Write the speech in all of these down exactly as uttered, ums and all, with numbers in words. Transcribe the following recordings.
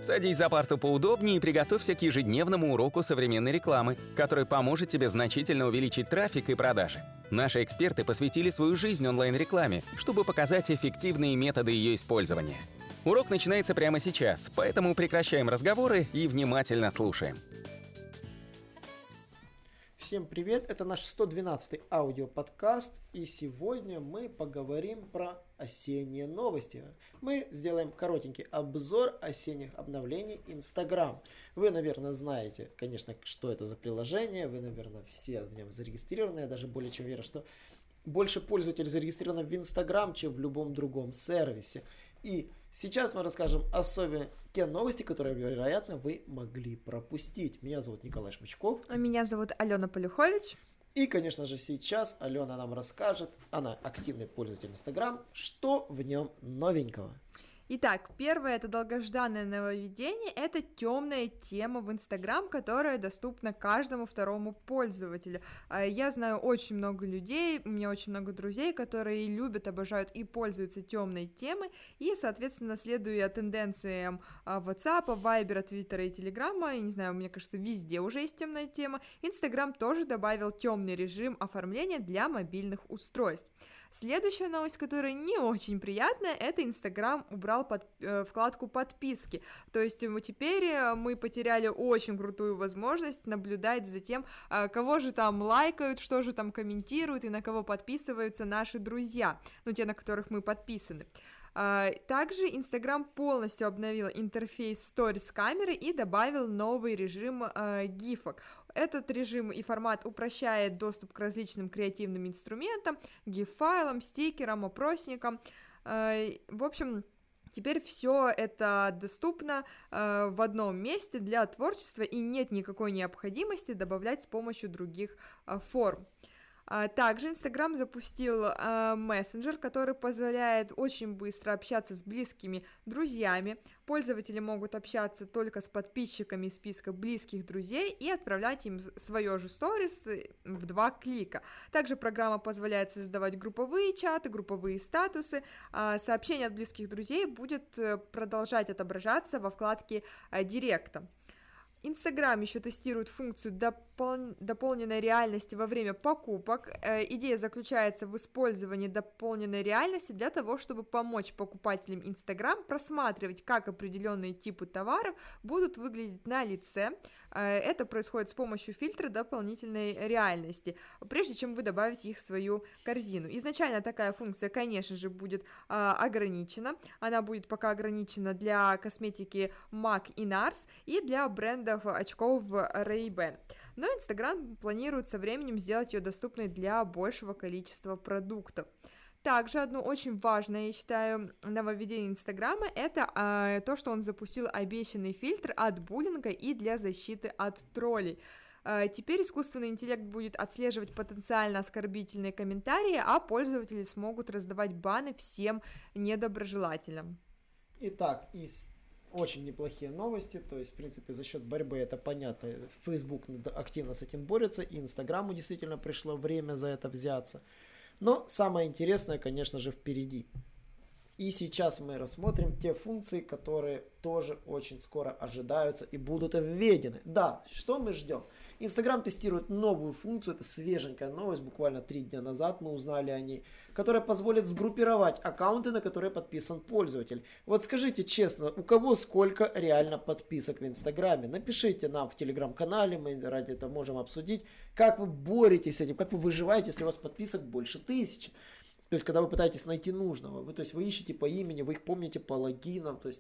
Садись за парту поудобнее и приготовься к ежедневному уроку современной рекламы, который поможет тебе значительно увеличить трафик и продажи. Наши эксперты посвятили свою жизнь онлайн-рекламе, чтобы показать эффективные методы ее использования. Урок начинается прямо сейчас, поэтому прекращаем разговоры и внимательно слушаем. Всем привет, это наш сто двенадцатый аудиоподкаст, и сегодня мы поговорим про осенние новости. Мы сделаем коротенький обзор осенних обновлений Instagram. Вы, наверное, знаете, конечно, что это за приложение, вы, наверное, все в нем зарегистрированы, я даже более чем верю, что больше пользователей зарегистрировано в Instagram, чем в любом другом сервисе. И сейчас мы расскажем особенно те новости, которые, вероятно, вы могли пропустить. Меня зовут Николай Шмычков. А меня зовут Алена Полюхович. И, конечно же, сейчас Алена нам расскажет, она активный пользователь Instagram, что в нем новенького. Итак, первое, это долгожданное нововведение, это темная тема в Instagram, которая доступна каждому второму пользователю. Я знаю очень много людей, у меня очень много друзей, которые любят, обожают и пользуются темной темой, и, соответственно, следуя тенденциям WhatsApp, Viber, Twitter и Telegram, я не знаю, мне кажется, везде уже есть темная тема, Instagram тоже добавил темный режим оформления для мобильных устройств. Следующая новость, которая не очень приятная, это Instagram убрал под, э, вкладку подписки, то есть э, теперь э, мы потеряли очень крутую возможность наблюдать за тем, э, кого же там лайкают, что же там комментируют и на кого подписываются наши друзья, ну те, на которых мы подписаны. Также Instagram полностью обновил интерфейс Stories камеры и добавил новый режим э, гифок. Этот режим и формат упрощает доступ к различным креативным инструментам, гиф-файлам, стикерам, опросникам. Э, в общем, теперь все это доступно э, в одном месте для творчества и нет никакой необходимости добавлять с помощью других э, форм. Также Instagram запустил э, мессенджер, который позволяет очень быстро общаться с близкими друзьями. Пользователи могут общаться только с подписчиками из списка близких друзей и отправлять им свое же сторис в два клика. Также программа позволяет создавать групповые чаты, групповые статусы. Э, сообщение от близких друзей будет продолжать отображаться во вкладке э, «Директа». Instagram еще тестирует функцию допол... дополненной реальности во время покупок. Э, идея заключается в использовании дополненной реальности для того, чтобы помочь покупателям Instagram просматривать, как определенные типы товаров будут выглядеть на лице. Э, это происходит с помощью фильтра дополнительной реальности, прежде чем вы добавите их в свою корзину. Изначально такая функция, конечно же, будет э, ограничена. Она будет пока ограничена для косметики MAC и NARS и для бренда очков Ray-Ban. Но Instagram планирует со временем сделать ее доступной для большего количества продуктов. Также одно очень важное, я считаю, нововведение Инстаграма — это э, то, что он запустил обещанный фильтр от буллинга и для защиты от троллей. Э, теперь искусственный интеллект будет отслеживать потенциально оскорбительные комментарии, а пользователи смогут раздавать баны всем недоброжелателям. Итак, из очень неплохие новости, то есть, в принципе, за счет борьбы, это понятно, Facebook активно с этим борется, и Инстаграму действительно пришло время за это взяться. Но самое интересное, конечно же, впереди. И сейчас мы рассмотрим те функции, которые тоже очень скоро ожидаются и будут введены. Да, что мы ждем? Инстаграм тестирует новую функцию, это свеженькая новость, буквально три дня назад мы узнали о ней, которая позволит сгруппировать аккаунты, на которые подписан пользователь. Вот скажите честно, у кого сколько реально подписок в Инстаграме? Напишите нам в Телеграм-канале, мы ради этого можем обсудить, как вы боретесь с этим, как вы выживаете, если у вас подписок больше тысячи. То есть, когда вы пытаетесь найти нужного, вы, то есть, вы ищете по имени, вы их помните по логинам, то есть.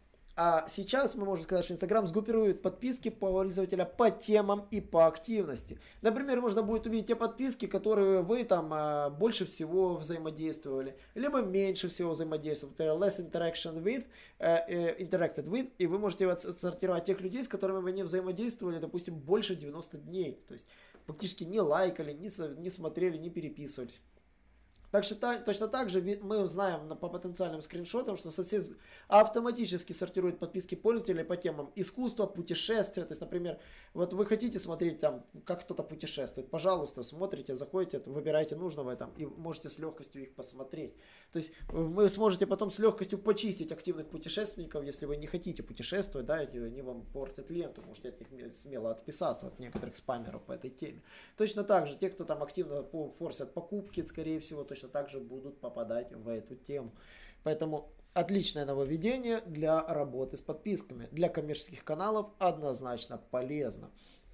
А сейчас мы можем сказать, что Instagram сгруппирует подписки пользователя по темам и по активности. Например, можно будет увидеть те подписки, которые вы там а, больше всего взаимодействовали, либо меньше всего взаимодействовали. Less interaction with, uh, interacted with, и вы можете отсортировать тех людей, с которыми вы не взаимодействовали, допустим, больше девяноста дней. То есть, фактически не лайкали, не, не смотрели, не переписывались. Так что точно так же мы знаем по потенциальным скриншотам, что соцсеть автоматически сортирует подписки пользователей по темам искусства, путешествия. То есть, например, вот вы хотите смотреть там, как кто-то путешествует, пожалуйста, смотрите, заходите, выбирайте нужного там и можете с легкостью их посмотреть. То есть вы сможете потом с легкостью почистить активных путешественников, если вы не хотите путешествовать, да, и они вам портят ленту, можете от них смело отписаться, от некоторых спамеров по этой теме. Точно так же те, кто там активно форсят покупки, скорее всего, точно также будут попадать в эту тему. Поэтому отличное нововведение для работы с подписками. Для коммерческих каналов однозначно полезно.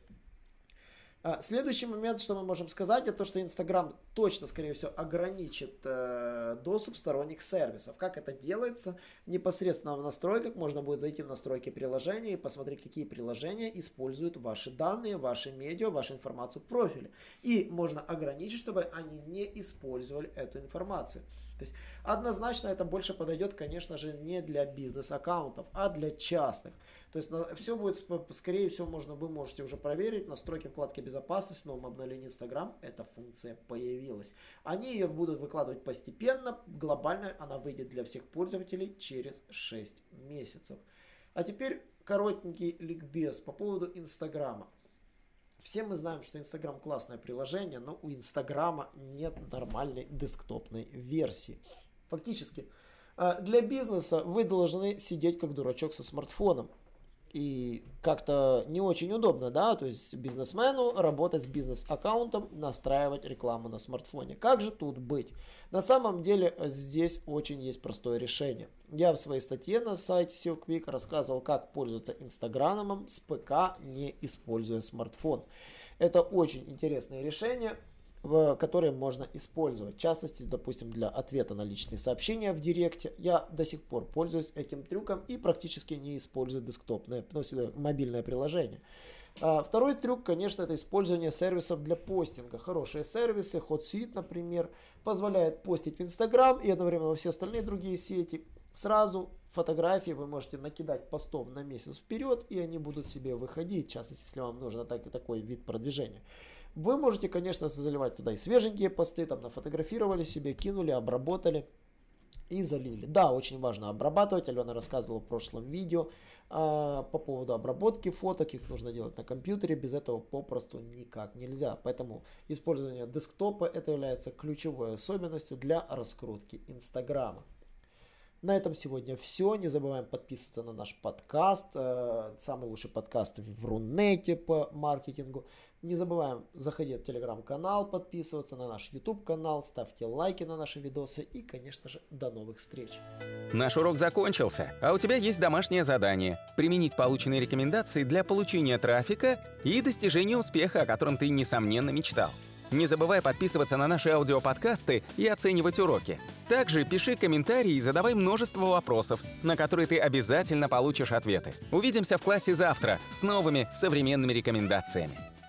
Следующий момент, что мы можем сказать, это то, что Instagram точно, скорее всего, ограничит э, доступ сторонних сервисов. Как это делается? Непосредственно в настройках можно будет зайти в настройки приложения и посмотреть, какие приложения используют ваши данные, ваши медиа, вашу информацию в профиле. И можно ограничить, чтобы они не использовали эту информацию. То есть однозначно это больше подойдет, конечно же, не для бизнес-аккаунтов, а для частных. То есть все будет, скорее всего, можно, вы можете уже проверить. Настройки вкладки безопасности в новом обновлении Instagram эта функция появилась. Они ее будут выкладывать постепенно. Глобально она выйдет для всех пользователей через шесть месяцев. А теперь коротенький ликбез по поводу Инстаграма. Все мы знаем, что Instagram классное приложение, но у Инстаграма нет нормальной десктопной версии. Фактически, для бизнеса вы должны сидеть как дурачок со смартфоном. И как-то не очень удобно, да, то есть бизнесмену работать с бизнес-аккаунтом, настраивать рекламу на смартфоне. Как же тут быть? На самом деле здесь очень есть простое решение. Я в своей статье на сайте SEOquick рассказывал, как пользоваться Инстаграмом с ПК, не используя смартфон. Это очень интересное решение, которые можно использовать. В частности, допустим, для ответа на личные сообщения в директе. Я до сих пор пользуюсь этим трюком и практически не использую десктопное, ну, мобильное приложение. А второй трюк, конечно, это использование сервисов для постинга. Хорошие сервисы, HotSuite, например, позволяет постить в Instagram и одновременно во все остальные другие сети. Сразу фотографии вы можете накидать постов на месяц вперед, и они будут себе выходить, в частности, если вам нужен так, такой вид продвижения. Вы можете, конечно, заливать туда и свеженькие посты, там нафотографировали себе, кинули, обработали и залили. Да, очень важно обрабатывать, Алена рассказывала в прошлом видео а, по поводу обработки фоток, их нужно делать на компьютере, без этого попросту никак нельзя. Поэтому использование десктопа это является ручевой особенностью для раскрутки Инстаграма. На этом сегодня все. Не забываем подписываться на наш подкаст. Самый лучший подкаст в Рунете по маркетингу. Не забываем заходить в телеграм-канал, подписываться на наш YouTube-канал, ставьте лайки на наши видосы и, конечно же, до новых встреч. Наш урок закончился, а у тебя есть домашнее задание – применить полученные рекомендации для получения трафика и достижения успеха, о котором ты, несомненно, мечтал. Не забывай подписываться на наши аудиоподкасты и оценивать уроки. Также пиши комментарии и задавай множество вопросов, на которые ты обязательно получишь ответы. Увидимся в классе завтра с новыми современными рекомендациями.